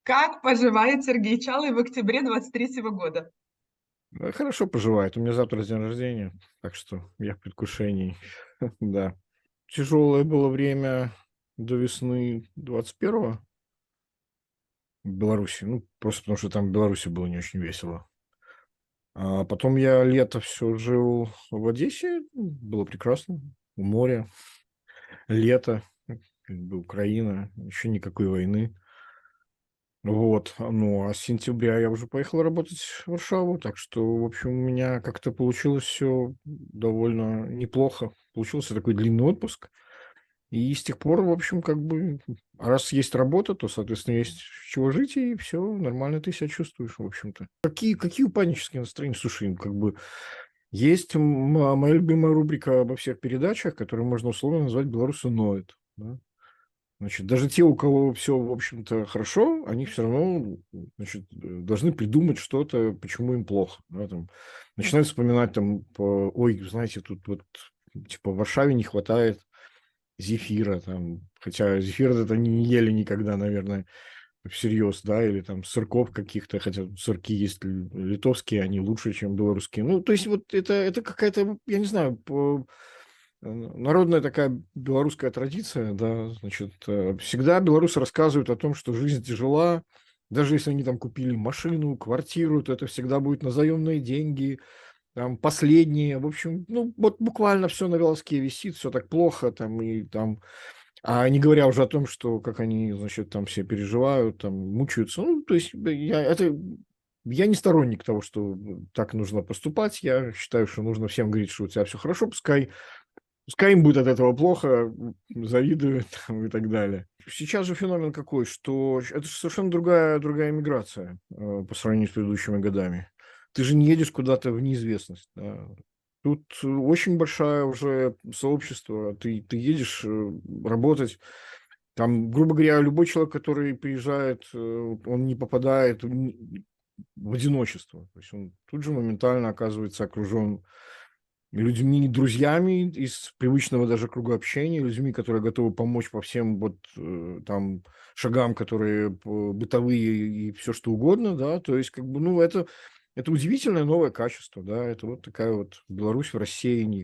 Как поживает Сергей Чалый в октябре 23-го года? Хорошо поживает. У меня завтра день рождения, так что я в предвкушении. Да. Тяжелое было время до весны 21-го в Беларуси. Ну, просто потому что там в Беларуси было не очень весело. А потом я лето все жил в Одессе. Было прекрасно. У моря. Лето. Как бы Украина. Еще никакой войны. Вот. Ну, а с сентября я уже поехал работать в Варшаву, так что, в общем, у меня как-то получилось все довольно неплохо. Получился такой длинный отпуск. И с тех пор, в общем, как бы, раз есть работа, то, соответственно, есть с чего жить, и все нормально ты себя чувствуешь, в общем-то. Какие панические настроения? Слушай, как бы есть моя любимая рубрика обо всех передачах, которую можно условно назвать «Белорусы ноют». Да? Значит, даже те, у кого все, в общем-то, хорошо, они все равно, значит, должны придумать что-то, почему им плохо. Да, там. Начинают вспоминать, там, ой, знаете, тут вот, типа, в Варшаве не хватает зефира, там, хотя зефир это они не ели никогда, наверное, всерьез, да, или там сырков каких-то, хотя сырки есть литовские, они лучше, чем белорусские. Ну, то есть вот это какая-то, я не знаю, народная такая белорусская традиция, да, значит, всегда белорусы рассказывают о том, что жизнь тяжела, даже если они там купили машину, квартиру, то это всегда будет на заемные деньги, там последние, в общем, ну, вот буквально все на волоске висит, все так плохо, там, и там, а не говоря уже о том, что как они, значит, там все переживают, там, мучаются, ну, то есть я не сторонник того, что так нужно поступать, я считаю, что нужно всем говорить, что у тебя все хорошо, пускай им будет от этого плохо, завидуют там, и так далее. Сейчас же феномен какой, что это же совершенно другая миграция по сравнению с предыдущими годами. Ты же не едешь куда-то в неизвестность. Да. Тут очень большое уже сообщество. Ты едешь работать. Там, грубо говоря, любой человек, который приезжает, он не попадает в одиночество. То есть он тут же моментально оказывается окружен людьми, друзьями из привычного даже круга общения, людьми, которые готовы помочь по всем вот там шагам, которые бытовые и все что угодно, да, то есть как бы, ну, это удивительное новое качество, да, это вот такая вот Беларусь в рассеянии,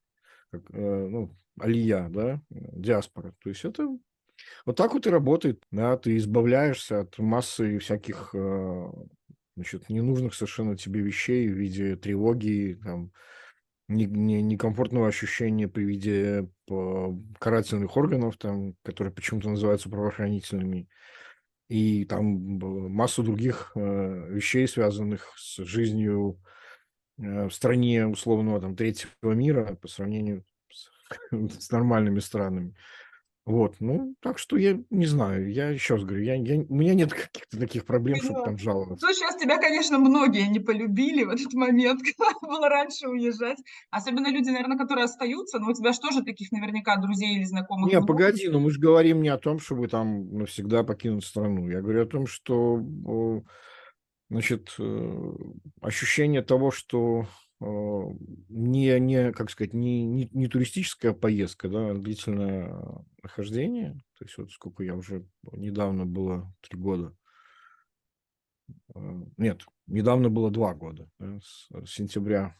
ну, алия, да, диаспора, то есть это вот так вот и работает, да, ты избавляешься от массы всяких, значит, ненужных совершенно тебе вещей в виде тревоги, там, некомфортного ощущения при виде карательных органов, там, которые почему-то называются правоохранительными, и там массу других вещей, связанных с жизнью в стране условного там третьего мира по сравнению с, с нормальными странами. Вот, ну, так что я не знаю, я еще раз говорю, у меня нет каких-то таких проблем, чтобы Поняла. там жаловаться. Ну, сейчас тебя, конечно, многие не полюбили в этот момент, когда было раньше уезжать. Особенно люди, наверное, которые остаются, но у тебя же тоже таких наверняка друзей или знакомых Не, много. погоди, но мы же говорим не о том, чтобы там навсегда покинуть страну. Я говорю о том, что, значит, ощущение того, что как сказать, не туристическая поездка, да, а длительное нахождение. То есть вот сколько я уже недавно было 3 года. Нет, недавно было 2 года, да, с сентября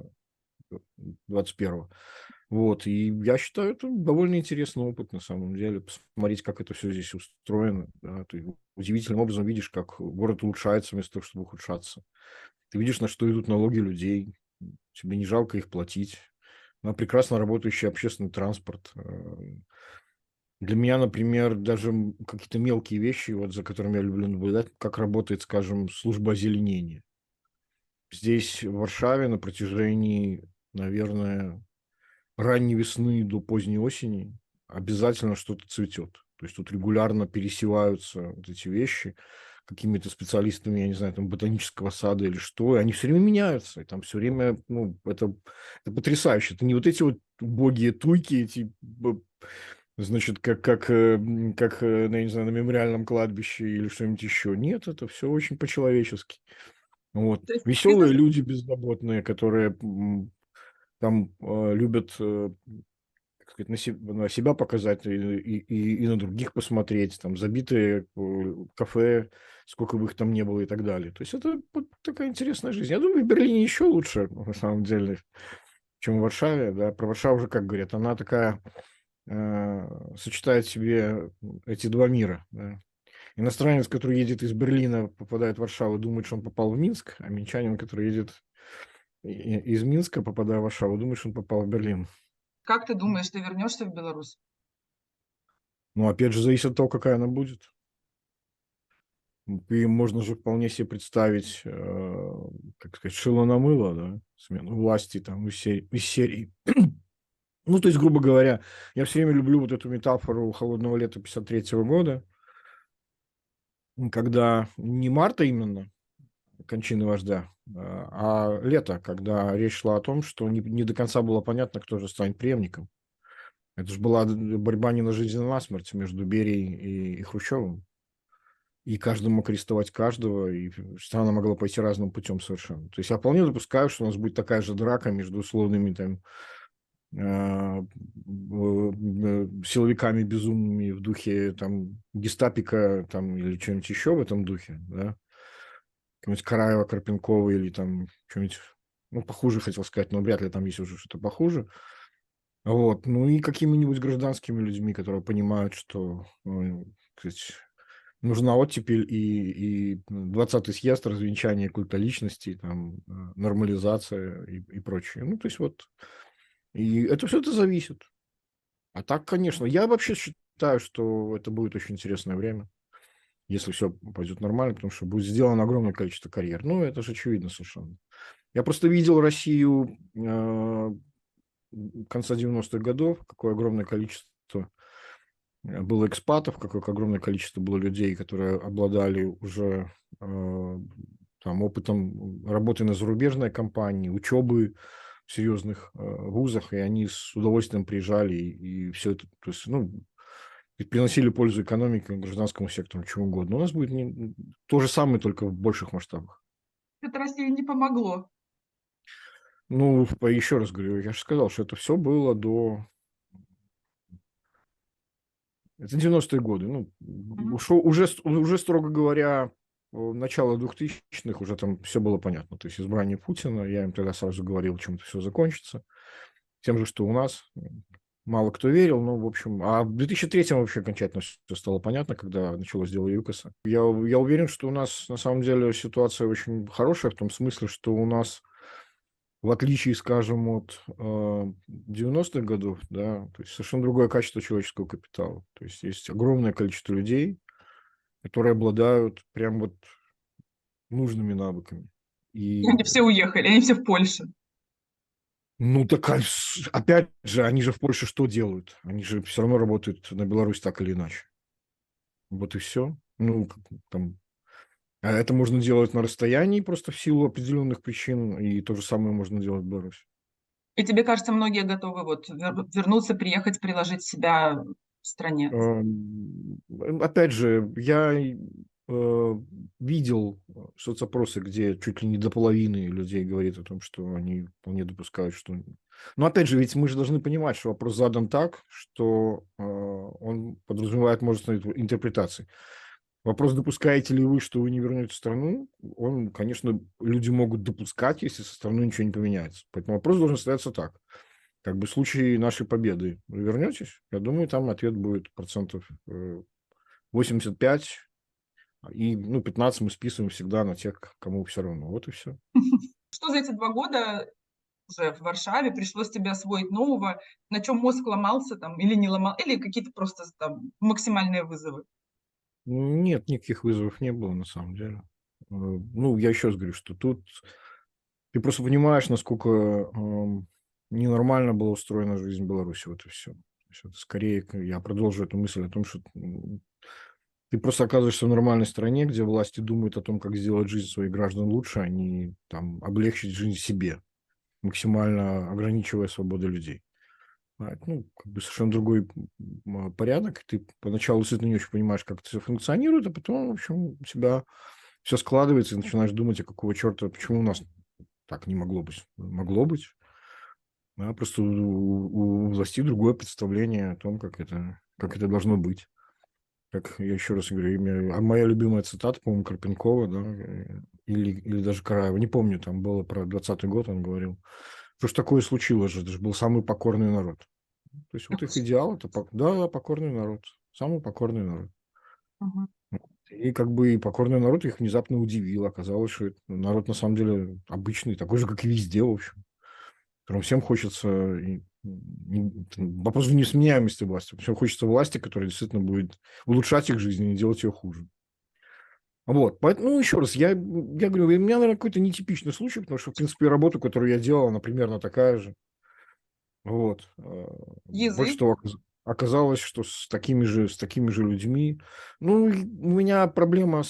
21-го. Вот, и я считаю, это довольно интересный опыт на самом деле, посмотреть, как это все здесь устроено. Да. Ты удивительным образом видишь, как город улучшается вместо того, чтобы ухудшаться. Ты видишь, на что идут налоги людей, тебе не жалко их платить. На прекрасно работающий общественный транспорт. Для меня, например, даже какие-то мелкие вещи, вот, за которыми я люблю наблюдать, как работает, скажем, служба озеленения. Здесь, в Варшаве, на протяжении, наверное, ранней весны до поздней осени обязательно что-то цветет. То есть тут регулярно пересеваются вот эти вещи какими-то специалистами, я не знаю, там, ботанического сада или что, и они все время меняются, и там все время, ну, это потрясающе. Это не вот эти вот убогие туйки, значит, ну, я не знаю, на мемориальном кладбище или что-нибудь еще. Нет, это все очень по-человечески. Вот. То есть ты Веселые люди беззаботные, которые там любят как сказать, на себя показать и на других посмотреть, там забитые кафе, сколько бы их там не было и так далее. То есть это вот такая интересная жизнь. Я думаю, в Берлине еще лучше, на самом деле, чем в Варшаве. Да. Про Варшаву уже, как говорят, она такая сочетает в себе эти два мира. Да. Иностранец, который едет из Берлина, попадает в Варшаву, думает, что он попал в Минск, а минчанин, который едет из Минска, попадая в Варшаву, думает, что он попал в Берлин. Как ты думаешь, ты вернешься в Беларусь? Ну, опять же, зависит от того, какая она будет. И можно же вполне себе представить, как сказать, шило на мыло, да, смену власти там из серии. Ну, то есть, грубо говоря, я все время люблю вот эту метафору холодного лета 1953 года, когда не марта именно, кончины вождя, а лето, когда речь шла о том, что не до конца было понятно, кто же станет преемником. Это же была борьба не на жизнь, а на смерть между Берией и Хрущевым. И каждый мог арестовать каждого, и страна могла пойти разным путем совершенно. То есть я вполне допускаю, что у нас будет такая же драка между условными там силовиками безумными в духе там гестапика там, или что-нибудь еще в этом духе, да, какого-нибудь Караева, Карпенкова или там что-нибудь, ну, похуже хотел сказать, но вряд ли там есть уже что-то похуже. Вот. Ну и какими-нибудь гражданскими людьми, которые понимают, что сказать, нужна оттепель и 20-й съезд, развенчание культа личности, там, нормализация и прочее. Ну, то есть вот, и это все это зависит. А так, конечно, я вообще считаю, что это будет очень интересное время, если все пойдет нормально, потому что будет сделано огромное количество карьер. Ну, это же очевидно совершенно. Я просто видел Россию конца 90-х годов, какое огромное количество было экспатов, какое огромное количество было людей, которые обладали уже там, опытом работы на зарубежной компании, учебы в серьезных вузах, и они с удовольствием приезжали и все это, то есть, ну, и приносили пользу экономике, гражданскому сектору, чему угодно. У нас будет то же самое, только в больших масштабах. Это России не помогло. Ну, еще раз говорю, я же сказал, что это все было до... Это 90-е годы. Ну, Мгм. уже, строго говоря, начало 2000-х уже там все было понятно. То есть избрание Путина, я им тогда сразу говорил, чем это все закончится. Тем же, что у нас мало кто верил, ну, в общем, а в 2003-м вообще окончательно все стало понятно, когда началось дело ЮКОСа. Я уверен, что у нас на самом деле ситуация очень хорошая в том смысле, что у нас, в отличие, скажем, от 90-х годов, да, то есть совершенно другое качество человеческого капитала. То есть огромное количество людей, которые обладают прям вот нужными навыками. И И, они все уехали, они все в Польше. ну, так, опять же, они же в Польше что делают? Они же все равно работают на Беларусь так или иначе. Вот и все. Ну, там, а это можно делать на расстоянии просто в силу определенных причин, и то же самое можно делать в Беларуси. И тебе кажется, многие готовы вот вернуться, приехать, приложить себя в стране? Опять же, я видел соцопросы, где чуть ли не до половины людей говорит о том, что они вполне допускают, что... Но опять же, ведь мы же должны понимать, что вопрос задан так, что он подразумевает множество интерпретаций. Вопрос, допускаете ли вы, что вы не вернете страну, он, конечно, люди могут допускать, если со стороны ничего не поменяется. Поэтому вопрос должен стояться так. Как бы в случае нашей победы вы вернетесь? Я думаю, там ответ будет процентов 85, и ну, 15 мы списываем всегда на тех, кому все равно. Вот и все. Что за эти 2 года уже в Варшаве пришлось тебе освоить нового? На чем мозг ломался там или не ломал, или какие-то просто там максимальные вызовы? Нет, никаких вызовов не было на самом деле. Ну, я еще раз говорю, что тут ты просто понимаешь, насколько ненормально была устроена жизнь в Беларуси. Вот и все. Это скорее, я продолжу эту мысль о том, что ты просто оказываешься в нормальной стране, где власти думают о том, как сделать жизнь своих граждан лучше, а не там облегчить жизнь себе, максимально ограничивая свободу людей. Ну, как бы совершенно другой порядок. Ты поначалу действительно не очень понимаешь, как это все функционирует, а потом, в общем, у тебя все складывается, и начинаешь думать, а какого черта, почему у нас так не могло быть? Могло быть. Просто у властей другое представление о том, как это должно быть. Как я еще раз говорю, моя любимая цитата, по-моему, Карпенкова, да, или даже Караева, не помню, там было про 20-й год, он говорил, что ж такое случилось же, это же был самый покорный народ. То есть вот их идеал, это, да, покорный народ, самый покорный народ. Мгм. И как бы и покорный народ их внезапно удивил. Оказалось, что народ на самом деле обычный, такой же, как и везде, в общем. Которым всем хочется... Вопрос в несменяемости власти. Всем хочется власти, которая действительно будет улучшать их жизнь и не делать ее хуже. Вот. Поэтому, ну, еще раз, я говорю, у меня, наверное, какой-то нетипичный случай, потому что, в принципе, работа, которую я делал, она примерно такая же. Вот. Больше Язык. того, оказалось, что с такими же людьми. Ну, и у меня проблема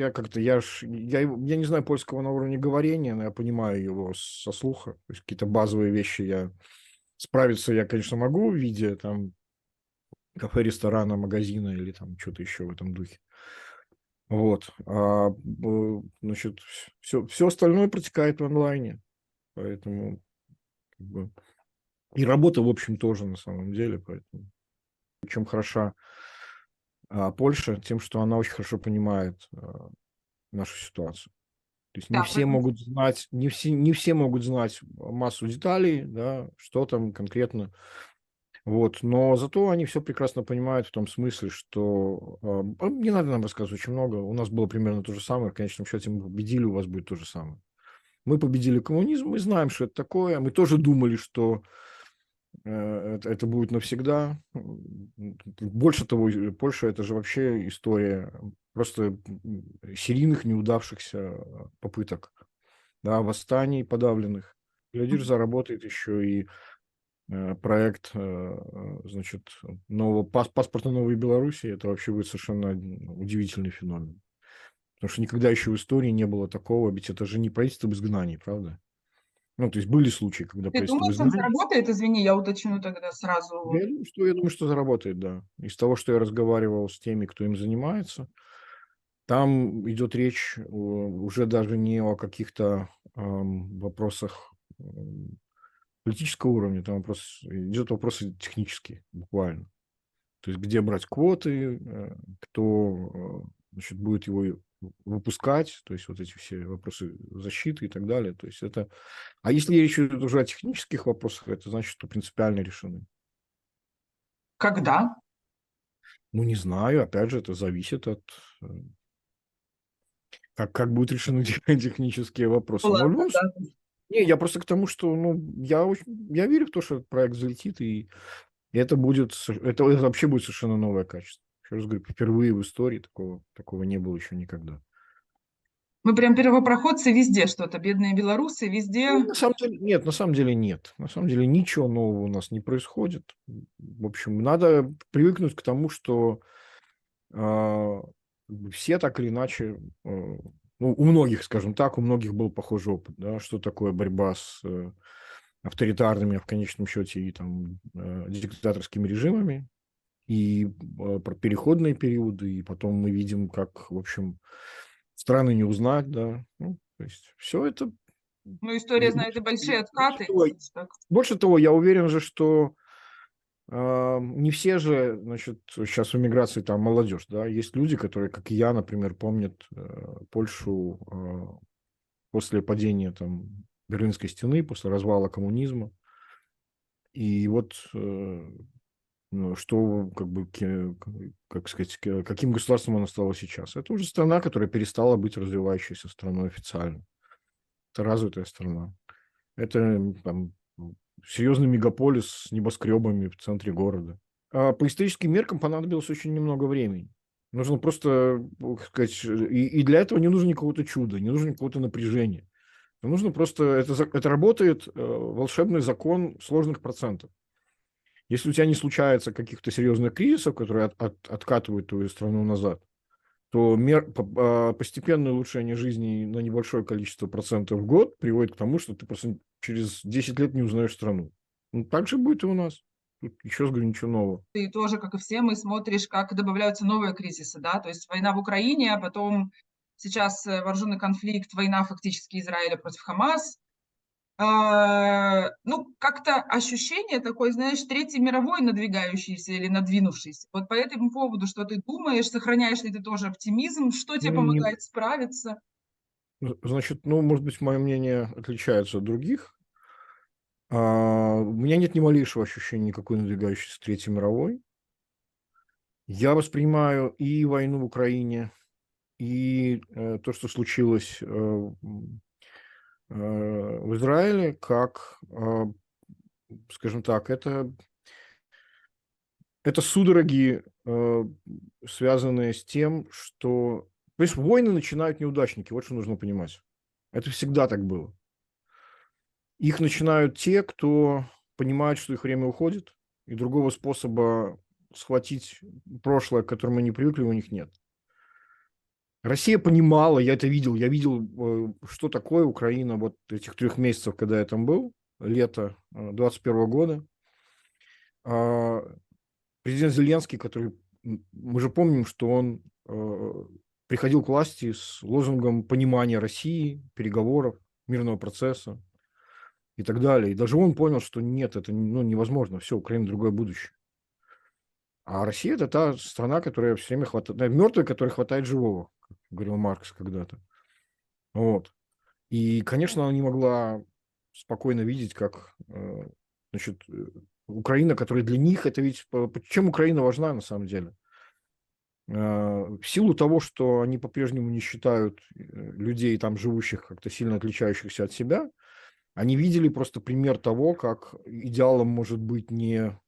я не знаю польского на уровне говорения, но я понимаю его со слуха. То есть какие-то базовые вещи справиться я, конечно, могу в виде там кафе, ресторана, магазина или там что-то еще в этом духе. Вот. Значит, все остальное протекает в онлайне. Поэтому как бы, и работа, в общем, тоже на самом деле. Поэтому чем хороша Польша, тем, что она очень хорошо понимает нашу ситуацию. То есть Да, поэтому не все могут знать массу деталей, да, что там конкретно. Вот, но зато они все прекрасно понимают в том смысле, что не надо нам рассказывать очень много. У нас было примерно то же самое. В конечном счете мы победили, у вас будет то же самое. Мы победили коммунизм, мы знаем, что это такое. Мы тоже думали, что это будет навсегда. Больше того, Польша – это же вообще история просто серийных неудавшихся попыток, да, восстаний подавленных. Глядишь, заработает еще и проект, значит, нового паспорта Новой Белоруссии. Это вообще будет совершенно удивительный феномен. Потому что никогда еще в истории не было такого, ведь это же не правительство в изгнании, правда? Ну, то есть были случаи, когда ты правительство в думаешь, он изгнании. заработает? Извини, я уточню тогда сразу. Я думаю, что заработает, да. Из того, что я разговаривал с теми, кто им занимается, там идет речь уже даже не о каких-то вопросах политического уровня, там идет вопросы технические, буквально. То есть где брать квоты, кто значит, будет его выпускать, то есть вот эти все вопросы защиты и так далее. То есть это... А если речь идет уже о технических вопросах, это значит, что принципиально решены. Когда? Ну, не знаю, опять же, это зависит от... как будут решены технические вопросы. Но в Ладно, любом да. случае... Не, я просто к тому, что ну, я верю в то, что этот проект взлетит, и это это вообще будет совершенно новое качество. Еще раз говорю, впервые в истории такого не было еще никогда. Мы прям первопроходцы везде что-то. Бедные белорусы Ну, везде. на самом деле нет, на самом деле нет. На самом деле ничего нового у нас не происходит. В общем, надо привыкнуть к тому, что а, все так или иначе, ну, у многих, скажем так, у многих был похожий опыт, да, что такое борьба с авторитарными, а в конечном счете и там диктаторскими режимами, и про переходные периоды, и потом мы видим, как, в общем, страны не узнать, да, ну, то есть все это... Ну, история знает и большие Больше откаты. того, Так. больше того, я уверен же, что не все же, значит, сейчас в эмиграции там молодежь, да, есть люди, которые, как и я, например, помнят Польшу после падения там Берлинской стены, после развала коммунизма, и вот ну, что, как бы, как сказать, каким государством она стала сейчас. Это уже страна, которая перестала быть развивающейся страной официально. Это развитая страна. Это там серьезный мегаполис с небоскребами в центре города. А по историческим меркам понадобилось очень немного времени. Нужно просто, как сказать, и для этого не нужно никакого-то чуда, не нужно никакого-то напряжения. Нужно просто, это работает волшебный закон сложных процентов. Если у тебя не случается каких-то серьезных кризисов, которые откатывают твою страну назад, то постепенное улучшение жизни на небольшое количество процентов в год приводит к тому, что ты просто через 10 лет не узнаешь страну. Ну, так же будет и у нас. Тут еще раз говорю, ничего нового. Ты тоже, как и все мы, смотришь, как добавляются новые кризисы, да, то есть война в Украине, а потом сейчас вооруженный конфликт, война фактически Израиля против Хамас, Ну, как-то ощущение такое, знаешь, Третьей мировой надвигающейся или надвинувшейся. Вот по этому поводу, что ты думаешь, сохраняешь ли ты тоже оптимизм, что тебе Не- помогает справиться? Значит, ну, может быть, мое мнение отличается от других. У меня нет ни малейшего ощущения никакой надвигающейся Третьей мировой. Я воспринимаю и войну в Украине, и то, что случилось в Израиле, как, скажем так, это судороги, связанные с тем, что... То есть войны начинают неудачники, вот что нужно понимать. Это всегда так было. Их начинают те, кто понимает, что их время уходит, и другого способа схватить прошлое, к которому они привыкли, у них нет. Россия понимала, я это видел, я видел, что такое Украина вот этих 3 месяцев, когда я там был, лето 21 года. А, Президент Зеленский, который, мы же помним, что он приходил к власти с лозунгом понимания России, переговоров, мирного процесса и так далее. И даже он понял, что нет, это ну, невозможно, все, Украина другое будущее. А Россия – это та страна, которая все время хватает, мертвая, которая хватает живого, как говорил Маркс когда-то. Вот. И, конечно, она не могла спокойно видеть, как значит, Украина, которая для них, это ведь... Чем Украина важна на самом деле? В силу того, что они по-прежнему не считают людей, там живущих, как-то сильно отличающихся от себя, они видели просто пример того, как идеалом может быть не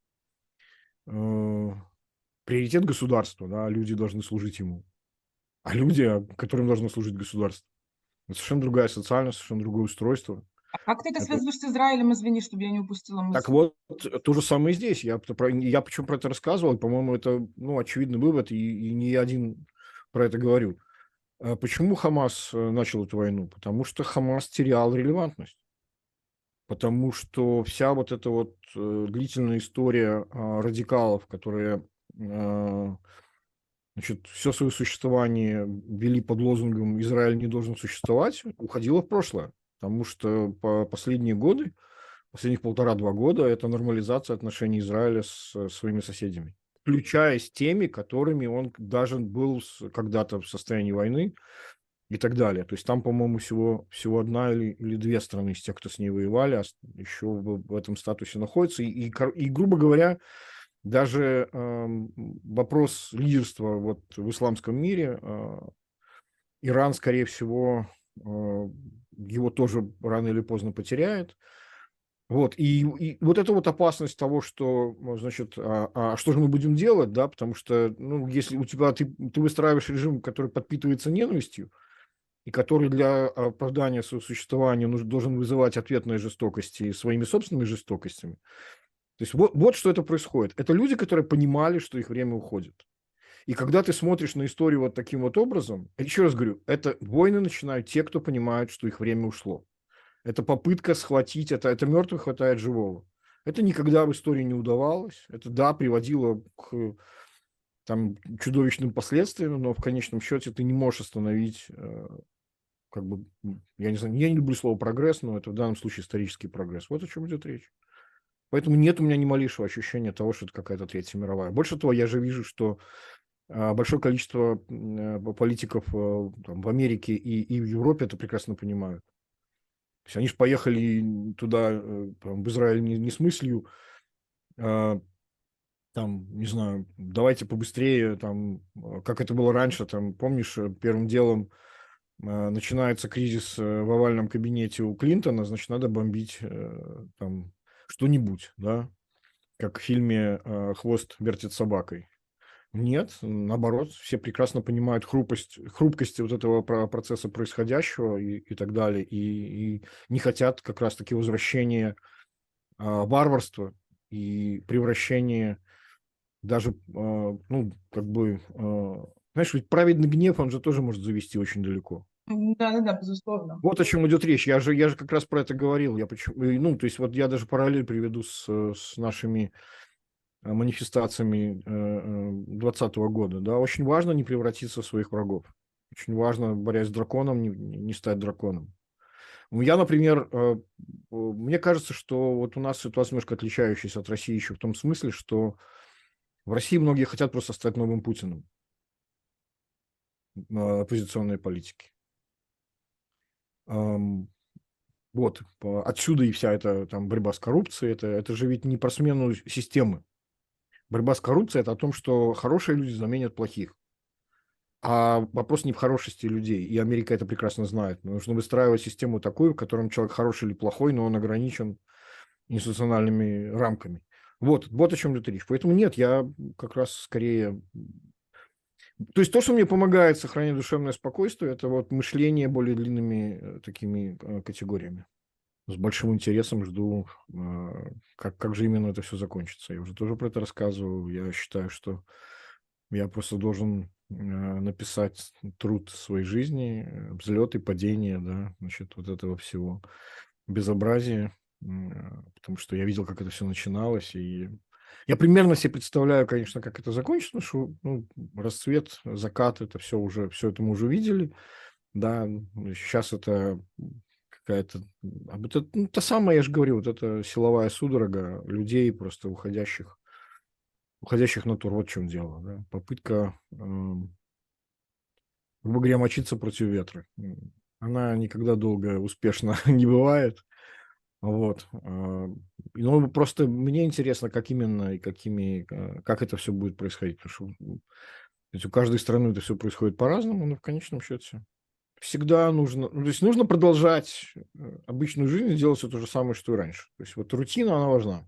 приоритет государства, да, люди должны служить ему, а люди, которым должно служить государство. Это совершенно другая социальность, совершенно другое устройство. А как ты это Это... связываешь с Израилем? Извини, чтобы я не упустила Так мысль. вот, то же самое и здесь. Я почему про это рассказывал, и, по-моему, это ну, очевидный вывод, и не я один про это говорю. Почему Хамас начал эту войну? Потому что Хамас терял релевантность. Потому что вся вот эта вот длительная история радикалов, которые значит, все свое существование вели под лозунгом «Израиль не должен существовать», уходила в прошлое. Потому что по последние годы, последних 1,5-2 года, это нормализация отношений Израиля с своими соседями, включая с теми, которыми он даже был когда-то в состоянии войны и так далее. То есть там, по-моему, всего одна или две страны из тех, кто с ней воевали, еще в этом статусе находятся. И, грубо говоря, даже вопрос лидерства вот в исламском мире, Иран, скорее всего, его тоже рано или поздно потеряет. Вот, и вот эта вот опасность того, что, значит, что же мы будем делать, да, потому что, ну, если у тебя, ты выстраиваешь режим, который подпитывается ненавистью, и который для оправдания своего существования должен вызывать ответные жестокости своими собственными жестокостями. То есть вот что это происходит. Это люди, которые понимали, что их время уходит. И когда ты смотришь на историю вот таким вот образом, еще раз говорю, это войны начинают те, кто понимают, что их время ушло. Это попытка схватить, это мертвый хватает живого. Это никогда в истории не удавалось. Это, да, приводило к там, чудовищным последствиям, но в конечном счете ты не можешь остановить, как бы, я не знаю, я не люблю слово прогресс, но это в данном случае исторический прогресс. Вот о чем идет речь. Поэтому нет у меня ни малейшего ощущения того, что это какая-то Третья мировая. Больше того, я же вижу, что большое количество политиков там, в Америке и в Европе это прекрасно понимают. То есть они же поехали туда, в Израиль, не с мыслью, там, не знаю, давайте побыстрее, там, как это было раньше, там, помнишь, первым делом начинается кризис в овальном кабинете у Клинтона, значит, надо бомбить там что-нибудь, да, как в фильме «Хвост вертит собакой». Нет, наоборот, все прекрасно понимают хрупкость вот этого процесса происходящего и так далее, и не хотят как раз-таки возвращения варварства и превращения даже, ну, как бы, знаешь, ведь праведный гнев, он же тоже может завести очень далеко. Да-да-да, безусловно. Вот о чем идет речь. Я же как раз про это говорил. Ну, то есть вот я даже параллель приведу с нашими манифестациями 2020 года. Да, очень важно не превратиться в своих врагов. Очень важно, борясь с драконом, не стать драконом. Я, например, мне кажется, что вот у нас ситуация немножко отличающаяся от России еще в том смысле, что в России многие хотят просто стать новым Путиным оппозиционной политики. Ам, Вот, отсюда и вся эта там борьба с коррупцией. Это же ведь не про смену системы. Борьба с коррупцией – это о том, что хорошие люди заменят плохих. А вопрос не в хорошести людей, и Америка это прекрасно знает. Нужно выстраивать систему такую, в которой человек хороший или плохой, но он ограничен институциональными рамками. Вот о чем идет речь. Поэтому нет, я как раз скорее... То есть то, что мне помогает сохранять душевное спокойствие, это вот мышление более длинными такими категориями. С большим интересом жду, как же именно это все закончится. Я уже тоже про это рассказывал. Я считаю, что я просто должен написать труд своей жизни, взлеты, падения, да, значит, вот этого всего безобразия, потому что я видел, как это все начиналось, и я примерно себе представляю, конечно, как это закончится, потому что ну, расцвет, закат, это все это мы уже видели, да, сейчас это какая-то, это, ну, та самая, я же говорю, вот эта силовая судорога людей, просто уходящих натур, вот в чем дело, да, попытка, грубо говоря, мочиться против ветра. Она никогда долго успешно не бывает. Вот. Ну, просто мне интересно, как именно и как это все будет происходить. Потому что ведь у каждой страны это все происходит по-разному, но в конечном счете всегда нужно... Ну, то есть нужно продолжать обычную жизнь и делать все то же самое, что и раньше. То есть вот рутина, она важна.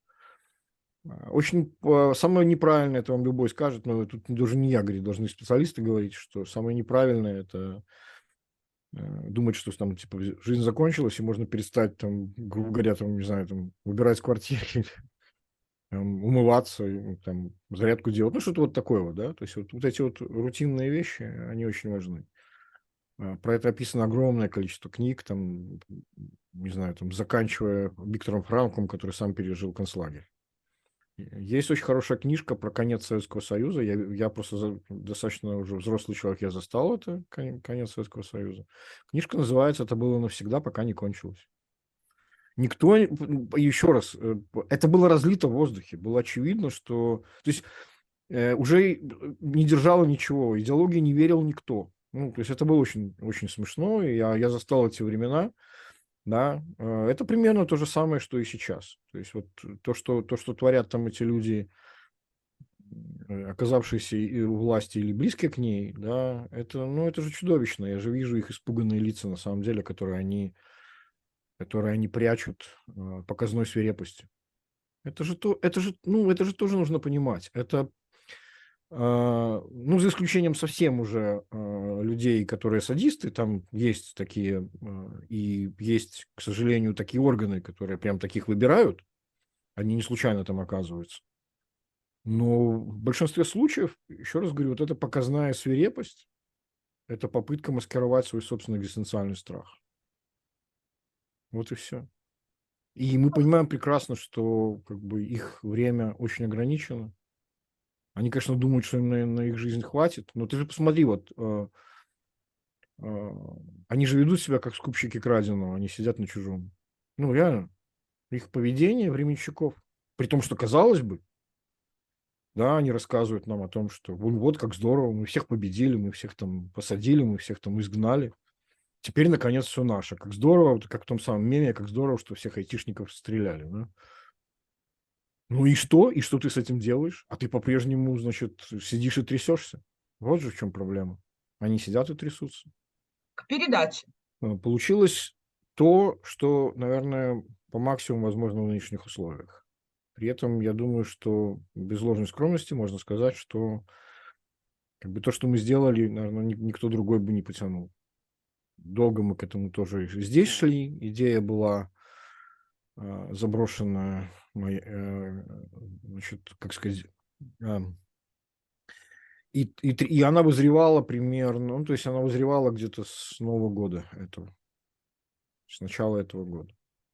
Самое неправильное, это вам любой скажет, но тут даже не я говорю, должны специалисты говорить, что самое неправильное – это думать, что там, типа, жизнь закончилась, и можно перестать, там, грубо говоря, там, не знаю, там, убирать в квартире, там, умываться, и, там, зарядку делать, ну, что-то вот такое вот, да, то есть вот эти вот рутинные вещи, они очень важны. Про это описано огромное количество книг, там, не знаю, там, заканчивая Виктором Франклом, который сам пережил концлагерь. Есть очень хорошая книжка про конец Советского Союза. Я просто достаточно уже взрослый человек, я застал это, конец Советского Союза. Книжка называется «Это было навсегда, пока не кончилось». Никто, еще раз, это было разлито в воздухе. Было очевидно, что... То есть уже не держало ничего, идеологии не верил никто. Ну, то есть это было очень, очень смешно, и я застал эти времена. Да, это примерно то же самое, что и сейчас. То есть вот то, что творят там эти люди, оказавшиеся и у власти или близкие к ней, да, ну, это же чудовищно. Я же вижу их испуганные лица, на самом деле, которые они прячут показной свирепостью. Ну, это же тоже нужно понимать. Ну, за исключением совсем уже людей, которые садисты, там есть такие, и есть, к сожалению, такие органы, которые прям таких выбирают, они не случайно там оказываются. Но в большинстве случаев, еще раз говорю, вот эта показная свирепость, это попытка маскировать свой собственный экзистенциальный страх. Вот и все. И мы понимаем прекрасно, что как бы их время очень ограничено. Они, конечно, думают, что им на их жизнь хватит, но ты же посмотри, вот они же ведут себя как скупщики краденого, они сидят на чужом. Ну, реально, их поведение временщиков. При том, что, казалось бы, да, они рассказывают нам о том, что вот как здорово, мы всех победили, мы всех там посадили, мы всех там изгнали. Теперь, наконец, все наше. Как здорово, вот как в том самом меме, как здорово, что всех айтишников стреляли. Да? Ну и что? И что ты с этим делаешь? А ты по-прежнему, значит, сидишь и трясешься. Вот же в чем проблема. Они сидят и трясутся. К передаче. Получилось то, что, наверное, по максимуму возможно в нынешних условиях. При этом я думаю, что без ложной скромности можно сказать, что как бы то, что мы сделали, наверное, никто другой бы не потянул. Долго мы к этому тоже здесь шли. Идея была заброшена, значит, как сказать, и она вызревала примерно, ну, то есть она вызревала где-то с Нового года этого, с начала этого года.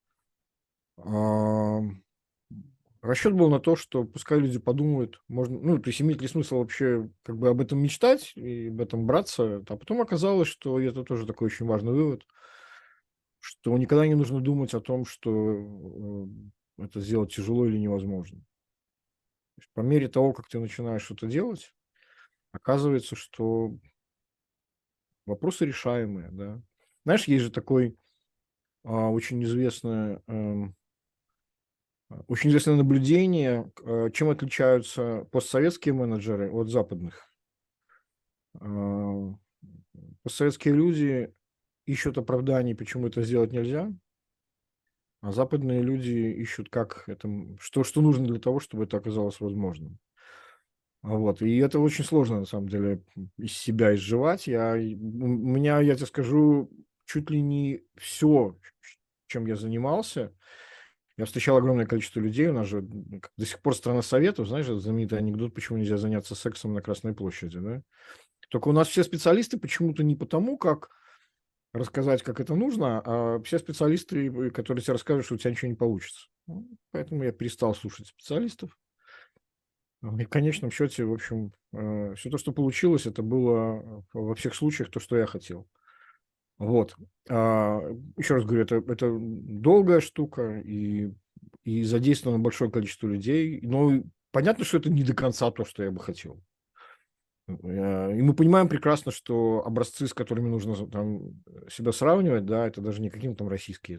Расчет был на то, что пускай люди подумают, можно, ну, то есть имеет ли смысл вообще как бы об этом мечтать и об этом браться, а потом оказалось, что и это тоже такой очень важный вывод, что никогда не нужно думать о том, что это сделать тяжело или невозможно. То есть по мере того, как ты начинаешь что-то делать, оказывается, что вопросы решаемые, да. Знаешь, есть же такой очень очень известное наблюдение, чем отличаются постсоветские менеджеры от западных. А, Постсоветские люди ищут оправданий, почему это сделать нельзя, а западные люди ищут, что нужно для того, чтобы это оказалось возможным. Вот. И это очень сложно, на самом деле, из себя изживать. У меня, я тебе скажу, чуть ли не все, чем я занимался. Я встречал огромное количество людей. У нас же до сих пор страна советов, знаешь, этот знаменитый анекдот, почему нельзя заняться сексом на Красной площади, да? Только у нас все специалисты почему-то не потому, как рассказать, как это нужно, а все специалисты, которые тебе расскажут, что у тебя ничего не получится. Поэтому я перестал слушать специалистов. И в конечном счете, в общем, все то, что получилось, это было во всех случаях то, что я хотел. Вот. А, Еще раз говорю, это долгая штука, и задействовано большое количество людей. Но понятно, что это не до конца то, что я бы хотел. И мы понимаем прекрасно, что образцы, с которыми нужно там себя сравнивать, да, это даже не какие-то там российские,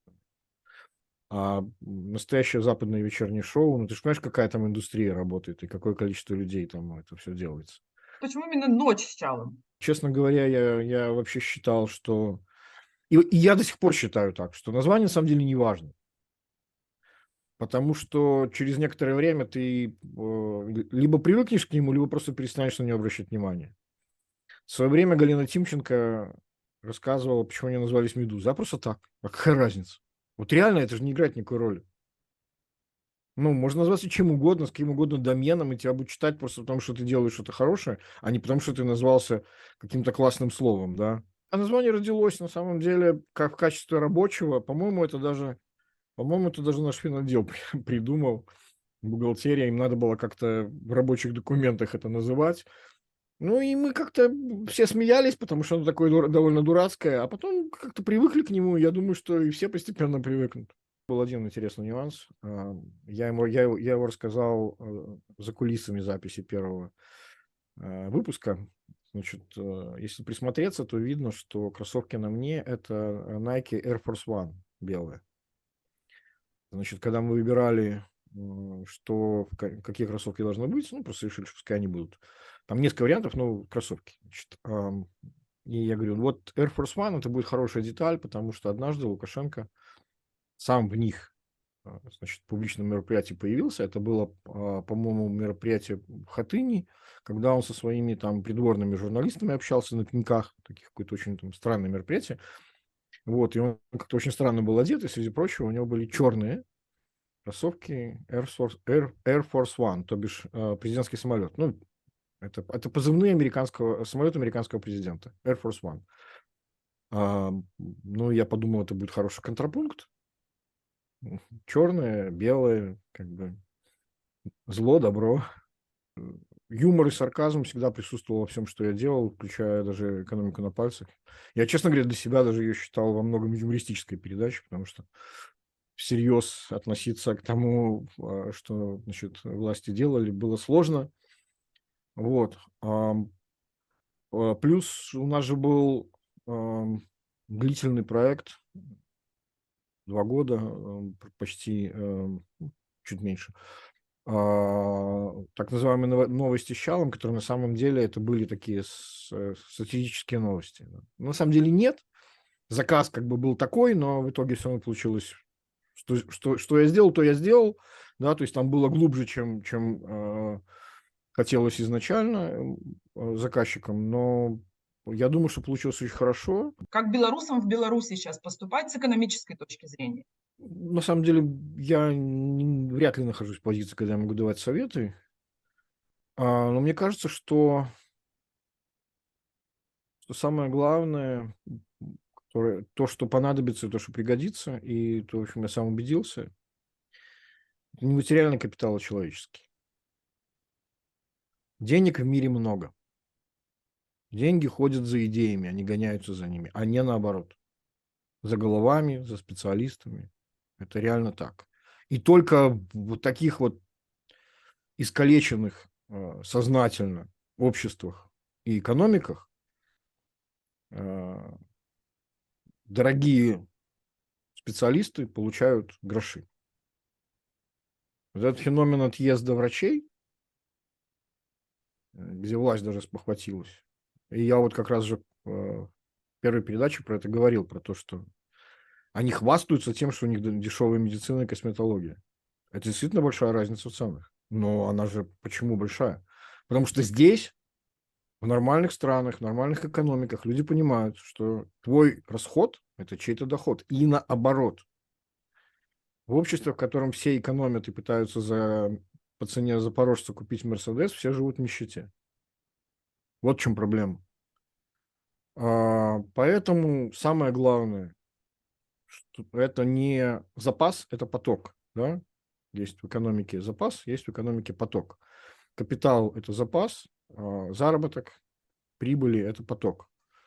а настоящее западное вечернее шоу. Ну, ты же понимаешь, какая там индустрия работает и какое количество людей там это все делается. Почему именно ночь с Чалом? Честно говоря, я вообще считал, что... И я до сих пор считаю так, что название на самом деле не важно. Потому что через некоторое время ты либо привыкнешь к нему, либо просто перестанешь на него обращать внимание. В свое время Галина Тимченко рассказывала, почему они назвались «Медуза». А просто так. А какая разница? Вот реально это же не играет никакой роли. Ну, можно назваться чем угодно, с каким угодно доменом, и тебя будут читать просто потому, что ты делаешь что-то хорошее, а не потому, что ты назвался каким-то классным словом, да. А название родилось, на самом деле, как в качестве рабочего. По-моему, это даже наш финотдел придумал, бухгалтерия. Им надо было как-то в рабочих документах это называть. Ну, и мы как-то все смеялись, потому что оно такое довольно дурацкое, а потом как-то привыкли к нему. Я думаю, что и все постепенно привыкнут. Был один интересный нюанс. Я его рассказал за кулисами записи первого выпуска. Значит, если присмотреться, то видно, что кроссовки на мне – это Nike Air Force One белые. Значит, когда мы выбирали, какие кроссовки должны быть, ну, просто решили, что пускай они будут. Там несколько вариантов, но кроссовки. Значит, и я говорю, вот Air Force One – это будет хорошая деталь, потому что однажды Лукашенко сам в них, значит, в публичном мероприятии появился. Это было, по-моему, мероприятие в Хатыни, когда он со своими там придворными журналистами общался на пеньках, таких какое-то очень там странное мероприятие. Вот, и он как-то очень странно был одет, и, среди прочего, у него были черные кроссовки Air Force One, то бишь президентский самолет. Ну, это позывные самолета американского президента. Air Force One. Ну, я подумал, это будет хороший контрапункт. Черное, белое, как бы зло, добро. Юмор и сарказм всегда присутствовал во всем, что я делал, включая даже «Экономику на пальцах». Я, честно говоря, для себя даже ее считал во многом юмористической передачей, потому что всерьез относиться к тому, что, значит, власти делали, было сложно. Вот. Плюс у нас же был длительный проект, 2 года, почти, чуть меньше. Так называемые новости с Чалом, которые на самом деле это были такие сатирические новости. Да. На самом деле нет. Заказ как бы был такой, но в итоге все равно получилось, что я сделал, то я сделал. Да, то есть там было глубже, чем хотелось изначально заказчикам, но я думаю, что получилось очень хорошо. Как белорусам в Беларуси сейчас поступать с экономической точки зрения? На самом деле, я вряд ли нахожусь в позиции, когда я могу давать советы. Но мне кажется, что самое главное, то, что понадобится, и то, что пригодится, и то, в чем я сам убедился, это нематериальный капитал, а человеческий. Денег в мире много. Деньги ходят за идеями, они гоняются за ними, а не наоборот. за головами, за специалистами. Это реально так. И только в вот таких вот искалеченных сознательно обществах и экономиках дорогие специалисты получают гроши. Вот этот феномен отъезда врачей, где власть даже спохватилась. И я вот как раз же в первой передаче про это говорил, про то, что они хвастаются тем, что у них дешевая медицина и косметология. Это действительно большая разница в ценах. Но она же почему большая? Потому что здесь, в нормальных странах, в нормальных экономиках люди понимают, что твой расход – это чей-то доход. И наоборот. В обществе, в котором все экономят и пытаются по цене запорожца купить Мерседес, все живут в нищете. Вот в чем проблема. Поэтому самое главное, что это не запас, это поток. Да? Есть в экономике запас, есть в экономике поток. Капитал – это запас, заработок, прибыли – это поток.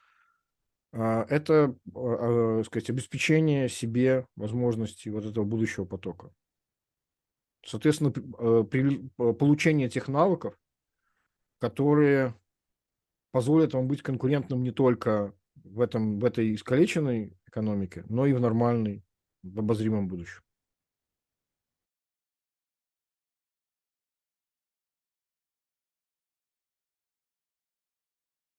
Это, сказать, обеспечение себе возможности вот этого будущего потока. Соответственно, получение тех навыков, которые позволят вам быть конкурентным не только в этой искалеченной экономике, но и в нормальной, в обозримом будущем.